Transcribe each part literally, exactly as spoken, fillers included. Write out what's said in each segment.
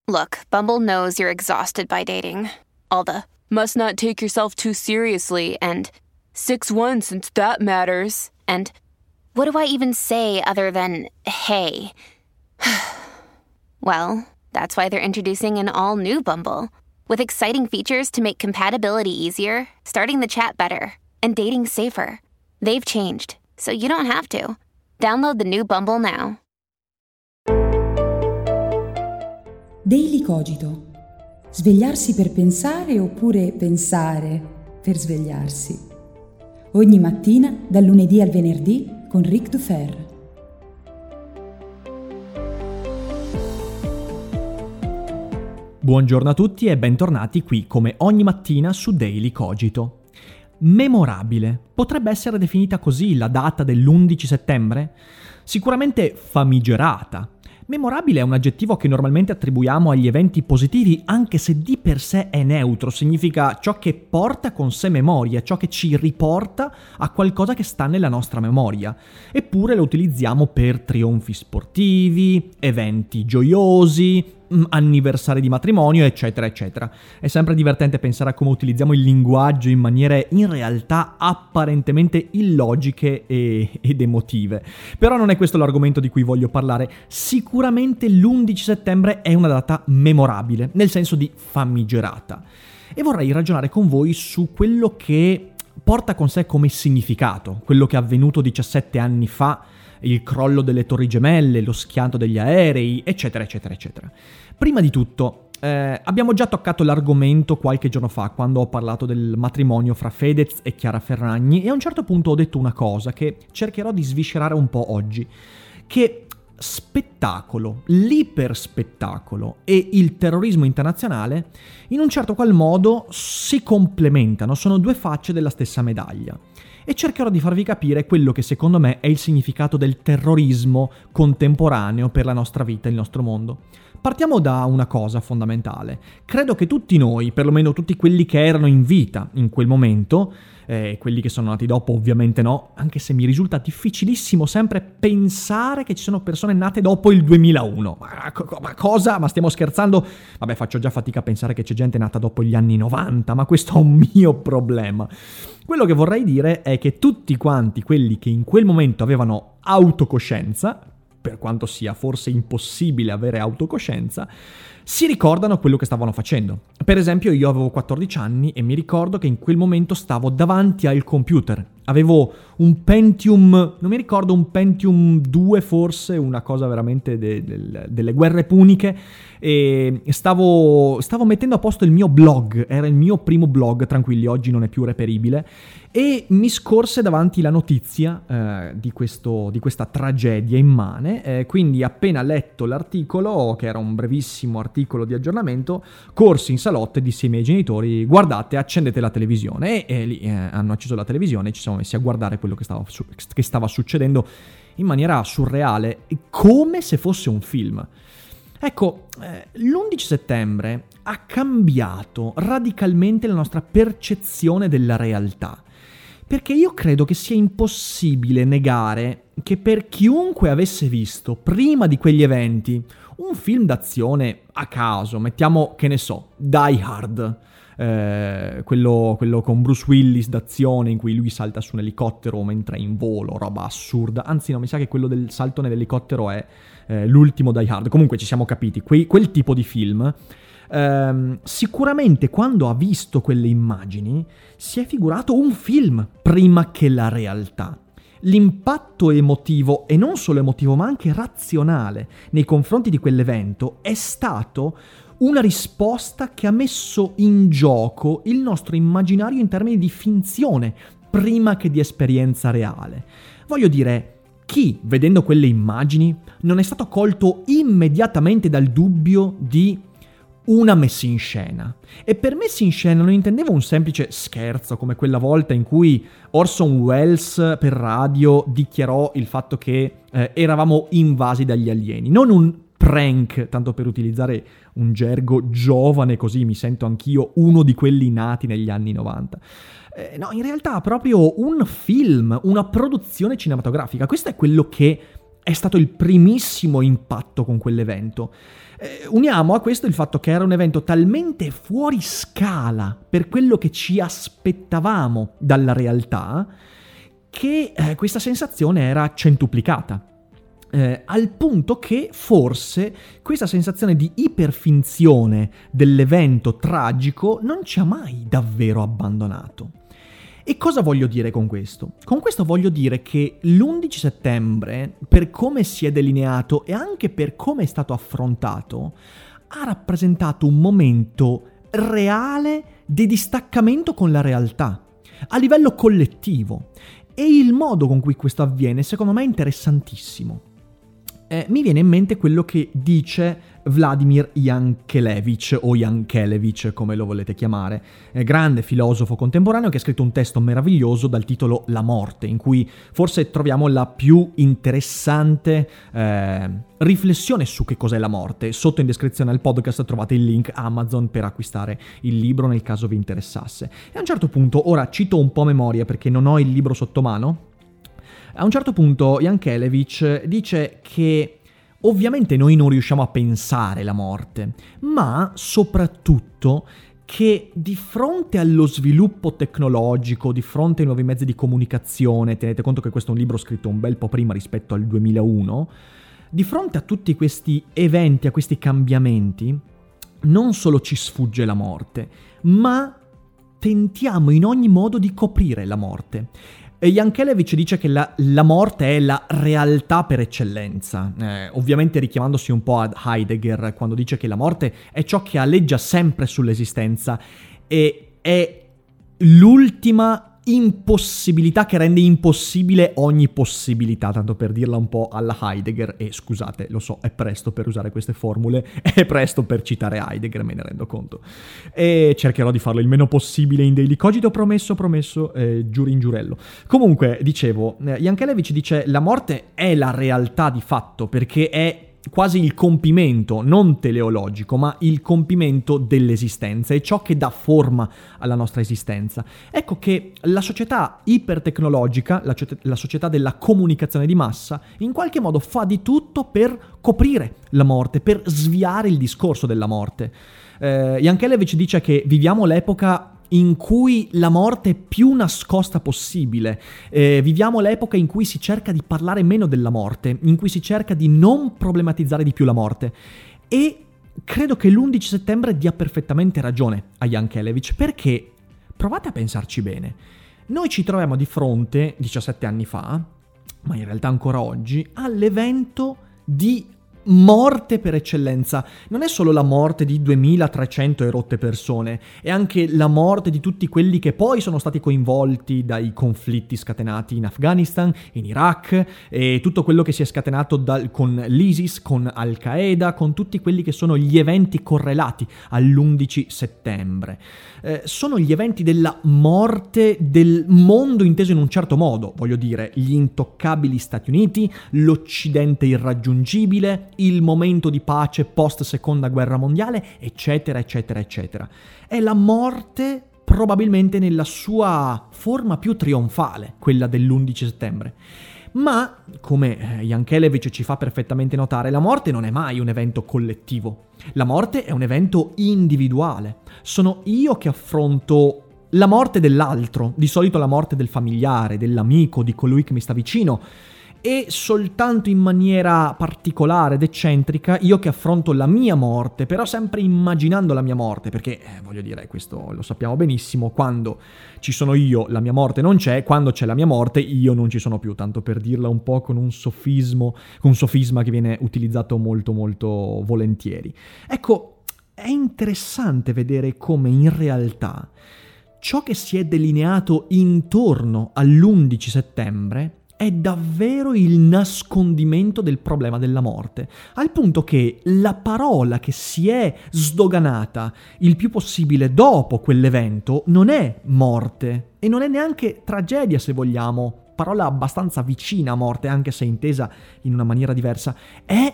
Look, Bumble knows you're exhausted by dating. All the must not take yourself too seriously and six one since that matters. And what do I even say other than hey? Well, that's why they're introducing an all-new Bumble with exciting features to make compatibility easier, starting the chat better, and dating safer. They've changed, so you don't have to. Download the new Bumble now. Daily Cogito. Svegliarsi per pensare oppure pensare per svegliarsi. Ogni mattina, dal lunedì al venerdì, con Ric Dufer. Buongiorno a tutti e bentornati qui come ogni mattina su Daily Cogito. Memorabile. Potrebbe essere definita così la data dell'undici settembre? Sicuramente famigerata. Memorabile è un aggettivo che normalmente attribuiamo agli eventi positivi, anche se di per sé è neutro, significa ciò che porta con sé memoria, ciò che ci riporta a qualcosa che sta nella nostra memoria. Eppure lo utilizziamo per trionfi sportivi, eventi gioiosi, anniversari di matrimonio, eccetera, eccetera. È sempre divertente pensare a come utilizziamo il linguaggio in maniere in realtà apparentemente illogiche e, ed emotive. Però non è questo l'argomento di cui voglio parlare. Sicuramente l'undici settembre è una data memorabile, nel senso di famigerata. E vorrei ragionare con voi su quello che porta con sé come significato, quello che è avvenuto diciassette anni fa, il crollo delle torri gemelle, lo schianto degli aerei, eccetera, eccetera, eccetera. Prima di tutto, eh, abbiamo già toccato l'argomento qualche giorno fa, quando ho parlato del matrimonio fra Fedez e Chiara Ferragni, e a un certo punto ho detto una cosa che cercherò di sviscerare un po' oggi, che spettacolo, l'iperspettacolo e il terrorismo internazionale in un certo qual modo si complementano, sono due facce della stessa medaglia. E cercherò di farvi capire quello che secondo me è il significato del terrorismo contemporaneo per la nostra vita e il nostro mondo. Partiamo da una cosa fondamentale. Credo che tutti noi, perlomeno tutti quelli che erano in vita in quel momento, eh, quelli che sono nati dopo ovviamente no, anche se mi risulta difficilissimo sempre pensare che ci sono persone nate dopo il duemilauno. Ma, ma cosa? Ma stiamo scherzando? Vabbè, faccio già fatica a pensare che c'è gente nata dopo gli anni novanta, ma questo è un mio problema. Quello che vorrei dire è che tutti quanti quelli che in quel momento avevano autocoscienza, per quanto sia forse impossibile avere autocoscienza, si ricordano quello che stavano facendo. Per esempio, io avevo quattordici anni e mi ricordo che in quel momento stavo davanti al computer. Avevo un Pentium, non mi ricordo, un Pentium due forse, una cosa veramente de, de, delle guerre puniche, e stavo, stavo mettendo a posto il mio blog, era il mio primo blog, tranquilli, oggi non è più reperibile, e mi scorse davanti la notizia eh, di, questo, di questa tragedia immane, eh, quindi appena letto l'articolo, che era un brevissimo articolo di aggiornamento, corsi in salotto e dissi ai miei genitori: guardate, accendete la televisione, e, e lì eh, hanno acceso la televisione e ci siamo messi a guardare quello che stava, su- che stava succedendo in maniera surreale, come se fosse un film. Ecco, eh, l'undici settembre ha cambiato radicalmente la nostra percezione della realtà, perché io credo che sia impossibile negare che per chiunque avesse visto prima di quegli eventi un film d'azione a caso, mettiamo, che ne so, Die Hard, Eh, quello, quello con Bruce Willis d'azione in cui lui salta su un elicottero mentre è in volo, roba assurda. Anzi no, mi sa che quello del salto nell'elicottero è eh, l'ultimo Die Hard. Comunque ci siamo capiti, que- quel tipo di film ehm, sicuramente quando ha visto quelle immagini si è figurato un film prima che la realtà. L'impatto emotivo, e non solo emotivo ma anche razionale, nei confronti di quell'evento è stato una risposta che ha messo in gioco il nostro immaginario in termini di finzione, prima che di esperienza reale. Voglio dire, chi, vedendo quelle immagini, non è stato colto immediatamente dal dubbio di una messa in scena? E per messa in scena non intendevo un semplice scherzo, come quella volta in cui Orson Welles per radio dichiarò il fatto che eh, eravamo invasi dagli alieni. Non un prank, tanto per utilizzare un gergo giovane, così mi sento anch'io uno di quelli nati negli anni novanta. Eh, no, in realtà proprio un film, una produzione cinematografica. Questo è quello che è stato il primissimo impatto con quell'evento. Eh, uniamo a questo il fatto che era un evento talmente fuori scala per quello che ci aspettavamo dalla realtà, che eh, questa sensazione era centuplicata. Eh, al punto che forse questa sensazione di iperfinzione dell'evento tragico non ci ha mai davvero abbandonato. E cosa voglio dire con questo? Con questo voglio dire che l'undici settembre, per come si è delineato e anche per come è stato affrontato, ha rappresentato un momento reale di distaccamento con la realtà, a livello collettivo. E il modo con cui questo avviene, secondo me, è interessantissimo. Eh, mi viene in mente quello che dice Vladimir Yankelevich, o Yankelevich come lo volete chiamare, eh, grande filosofo contemporaneo che ha scritto un testo meraviglioso dal titolo La morte, in cui forse troviamo la più interessante eh, riflessione su che cos'è la morte. Sotto in descrizione al podcast trovate il link Amazon per acquistare il libro nel caso vi interessasse. E a un certo punto, ora cito un po' a memoria perché non ho il libro sotto mano, a un certo punto Yankelevich dice che ovviamente noi non riusciamo a pensare la morte, ma soprattutto che di fronte allo sviluppo tecnologico, di fronte ai nuovi mezzi di comunicazione, tenete conto che questo è un libro scritto un bel po' prima rispetto al duemilauno, di fronte a tutti questi eventi, a questi cambiamenti, non solo ci sfugge la morte, ma tentiamo in ogni modo di coprire la morte. E Yankelevich dice che la, la morte è la realtà per eccellenza, eh, ovviamente richiamandosi un po' ad Heidegger quando dice che la morte è ciò che aleggia sempre sull'esistenza e è l'ultima impossibilità che rende impossibile ogni possibilità, tanto per dirla un po' alla Heidegger. E scusate, lo so, è presto per usare queste formule, è presto per citare Heidegger, me ne rendo conto, e cercherò di farlo il meno possibile in Daily Cogito, promesso, promesso, eh, giuro in giurello. Comunque, dicevo, eh, Yankelevich dice la morte è la realtà di fatto, perché è quasi il compimento, non teleologico, ma il compimento dell'esistenza, è ciò che dà forma alla nostra esistenza. Ecco che la società ipertecnologica, la, la società della comunicazione di massa, in qualche modo fa di tutto per coprire la morte, per sviare il discorso della morte. Eh, Yankelevich dice che viviamo l'epoca in cui la morte è più nascosta possibile, eh, viviamo l'epoca in cui si cerca di parlare meno della morte, in cui si cerca di non problematizzare di più la morte, e credo che l'undici settembre dia perfettamente ragione a Yankelevich, perché provate a pensarci bene, noi ci troviamo di fronte, diciassette anni fa, ma in realtà ancora oggi, all'evento di morte per eccellenza. Non è solo la morte di duemilatrecento e rotte persone, è anche la morte di tutti quelli che poi sono stati coinvolti dai conflitti scatenati in Afghanistan, in Iraq, e tutto quello che si è scatenato dal, con l'ISIS, con Al-Qaeda, con tutti quelli che sono gli eventi correlati all'undici settembre. Eh, sono gli eventi della morte del mondo inteso in un certo modo, voglio dire, gli intoccabili Stati Uniti, l'Occidente irraggiungibile, il momento di pace post seconda guerra mondiale, eccetera, eccetera, eccetera. È la morte probabilmente nella sua forma più trionfale, quella dell'undici settembre. Ma, come Yankelevich ci fa perfettamente notare, la morte non è mai un evento collettivo. La morte è un evento individuale. Sono io che affronto la morte dell'altro, di solito la morte del familiare, dell'amico, di colui che mi sta vicino, e soltanto in maniera particolare ed eccentrica io che affronto la mia morte, però sempre immaginando la mia morte, perché eh, voglio dire, questo lo sappiamo benissimo, quando ci sono io la mia morte non c'è, quando c'è la mia morte io non ci sono più, tanto per dirla un po' con un sofismo, con un sofisma che viene utilizzato molto molto volentieri. Ecco, è interessante vedere come in realtà ciò che si è delineato intorno all'undici settembre è davvero il nascondimento del problema della morte, al punto che la parola che si è sdoganata il più possibile dopo quell'evento non è morte e non è neanche tragedia, se vogliamo, parola abbastanza vicina a morte anche se intesa in una maniera diversa, è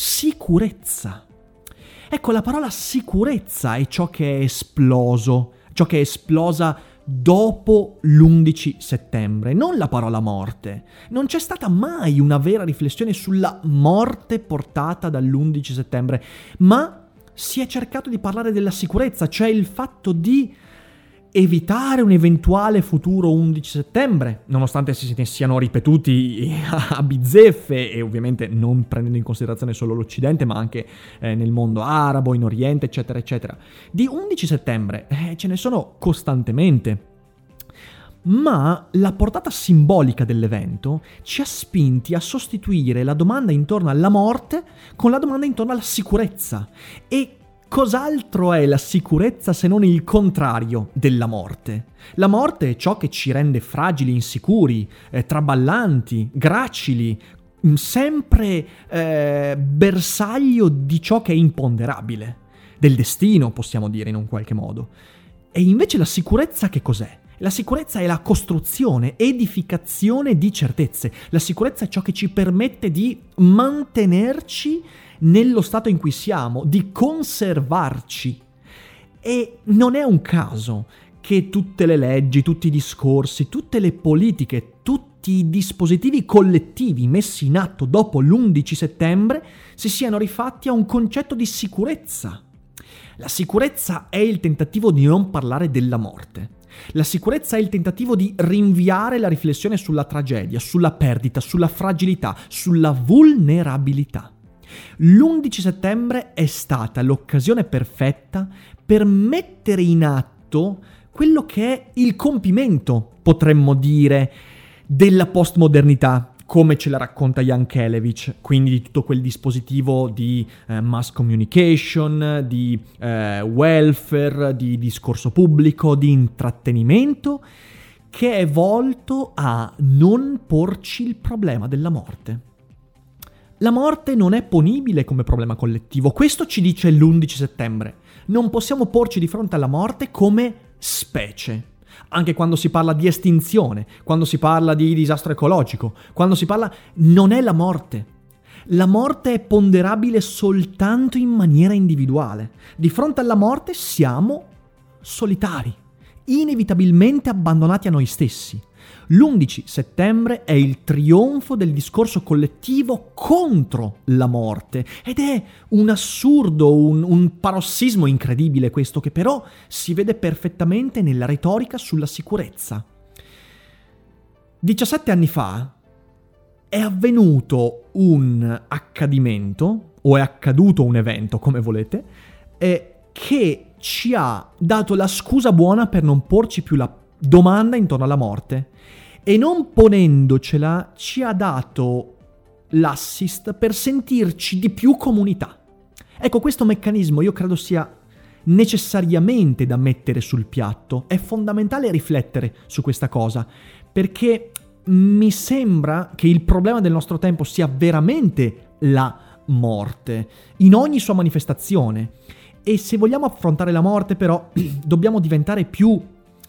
sicurezza. Ecco, la parola sicurezza è ciò che è esploso, ciò che è esplosa dopo l'undici settembre, non la parola morte. Non c'è stata mai una vera riflessione sulla morte portata dall'undici settembre, ma si è cercato di parlare della sicurezza, cioè il fatto di evitare un eventuale futuro undici settembre, nonostante si ne siano ripetuti a bizzeffe e ovviamente non prendendo in considerazione solo l'Occidente, ma anche eh, nel mondo arabo, in Oriente, eccetera, eccetera. Di undici settembre eh, ce ne sono costantemente. Ma la portata simbolica dell'evento ci ha spinti a sostituire la domanda intorno alla morte con la domanda intorno alla sicurezza. E cos'altro è la sicurezza se non il contrario della morte? La morte è ciò che ci rende fragili, insicuri, eh, traballanti, gracili, sempre eh, bersaglio di ciò che è imponderabile, del destino, possiamo dire in un qualche modo. E invece la sicurezza che cos'è? La sicurezza è la costruzione, edificazione di certezze. La sicurezza è ciò che ci permette di mantenerci nello stato in cui siamo, di conservarci. E non è un caso che tutte le leggi, tutti i discorsi, tutte le politiche, tutti i dispositivi collettivi messi in atto dopo l'undici settembre si siano rifatti a un concetto di sicurezza. La sicurezza è il tentativo di non parlare della morte. La sicurezza è il tentativo di rinviare la riflessione sulla tragedia, sulla perdita, sulla fragilità, sulla vulnerabilità. L'undici settembre è stata l'occasione perfetta per mettere in atto quello che è il compimento, potremmo dire, della postmodernità, come ce la racconta Yankelevich, quindi di tutto quel dispositivo di eh, mass communication, di eh, welfare, di discorso pubblico, di intrattenimento, che è volto a non porci il problema della morte. La morte non è ponibile come problema collettivo, questo ci dice l'undici settembre. Non possiamo porci di fronte alla morte come specie. Anche quando si parla di estinzione, quando si parla di disastro ecologico, quando si parla... non è la morte. La morte è ponderabile soltanto in maniera individuale. Di fronte alla morte siamo solitari, inevitabilmente abbandonati a noi stessi. L'undici settembre è il trionfo del discorso collettivo contro la morte ed è un assurdo, un, un parossismo incredibile questo, che però si vede perfettamente nella retorica sulla sicurezza. diciassette anni fa è avvenuto un accadimento, o è accaduto un evento, come volete, eh, che ci ha dato la scusa buona per non porci più la domanda intorno alla morte. E non ponendocela ci ha dato l'assist per sentirci di più comunità. Ecco, questo meccanismo io credo sia necessariamente da mettere sul piatto. È fondamentale riflettere su questa cosa, perché mi sembra che il problema del nostro tempo sia veramente la morte, in ogni sua manifestazione. E se vogliamo affrontare la morte, però, dobbiamo diventare più...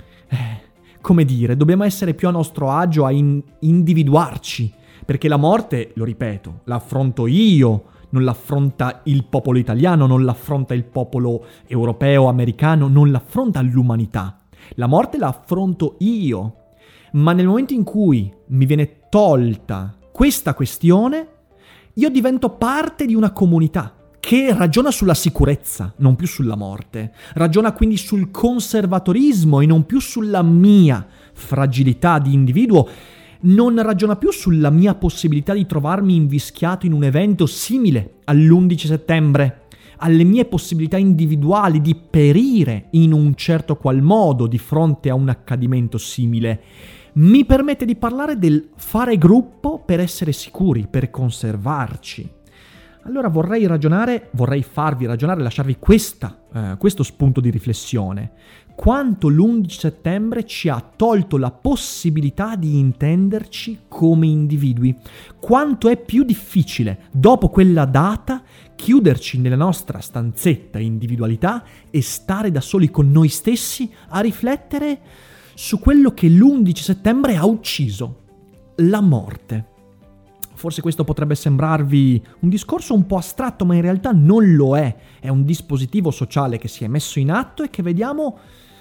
Eh, come dire, dobbiamo essere più a nostro agio a in- individuarci, perché la morte, lo ripeto, la affronto io, non l'affronta il popolo italiano, non l'affronta il popolo europeo, americano, non l'affronta l'umanità. La morte la affronto io, ma nel momento in cui mi viene tolta questa questione, io divento parte di una comunità che ragiona sulla sicurezza, non più sulla morte. Ragiona quindi sul conservatorismo e non più sulla mia fragilità di individuo. Non ragiona più sulla mia possibilità di trovarmi invischiato in un evento simile all'undici settembre, alle mie possibilità individuali di perire in un certo qual modo di fronte a un accadimento simile. Mi permette di parlare del fare gruppo per essere sicuri, per conservarci. Allora vorrei ragionare, vorrei farvi ragionare, lasciarvi questa, eh, questo spunto di riflessione. Quanto l'undici settembre ci ha tolto la possibilità di intenderci come individui. Quanto è più difficile, dopo quella data, chiuderci nella nostra stanzetta individualità e stare da soli con noi stessi a riflettere su quello che l'undici settembre ha ucciso, la morte. Forse questo potrebbe sembrarvi un discorso un po' astratto, ma in realtà non lo è. È un dispositivo sociale che si è messo in atto e che vediamo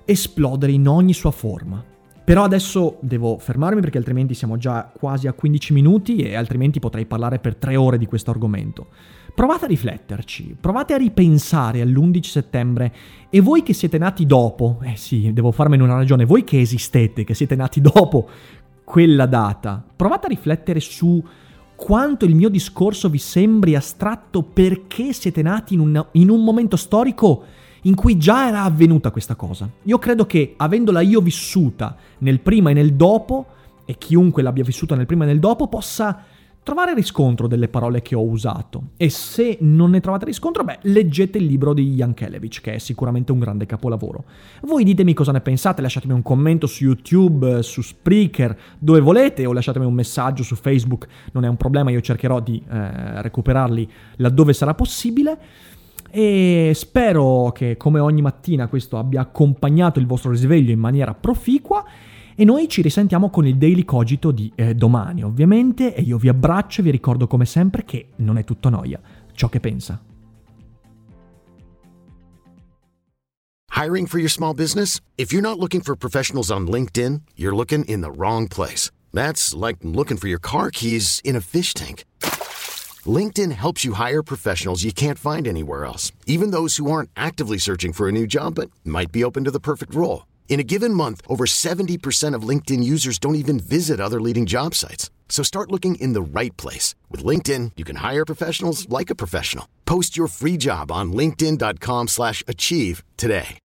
esplodere in ogni sua forma. Però adesso devo fermarmi perché altrimenti siamo già quasi a quindici minuti e altrimenti potrei parlare per tre ore di questo argomento. Provate a rifletterci, provate a ripensare all'undici settembre e voi che siete nati dopo, eh sì, devo farmene una ragione, voi che esistete, che siete nati dopo quella data, provate a riflettere su quanto il mio discorso vi sembri astratto perché siete nati in un, in un momento storico in cui già era avvenuta questa cosa. Io credo che, avendola io vissuta nel prima e nel dopo, e chiunque l'abbia vissuta nel prima e nel dopo, possa trovare riscontro delle parole che ho usato. E se non ne trovate riscontro, beh, leggete il libro di Yankelevich, che è sicuramente un grande capolavoro. Voi ditemi cosa ne pensate, lasciatemi un commento su YouTube, su Spreaker, dove volete, o lasciatemi un messaggio su Facebook, non è un problema, io cercherò di eh, recuperarli laddove sarà possibile. E spero che come ogni mattina questo abbia accompagnato il vostro risveglio in maniera proficua e noi ci risentiamo con il Daily Cogito di eh, domani ovviamente e io vi abbraccio e vi ricordo come sempre che non è tutto noia ciò che pensa. Hiring for your small business? If you're not looking for professionals on LinkedIn, you're looking in the wrong place. That's like looking for your car keys in a fish tank. LinkedIn helps you hire professionals you can't find anywhere else, even those who aren't actively searching for a new job but might be open to the perfect role. In a given month, over seventy percent of LinkedIn users don't even visit other leading job sites. So start looking in the right place. With LinkedIn, you can hire professionals like a professional. Post your free job on linkedin dot com slash achieve today.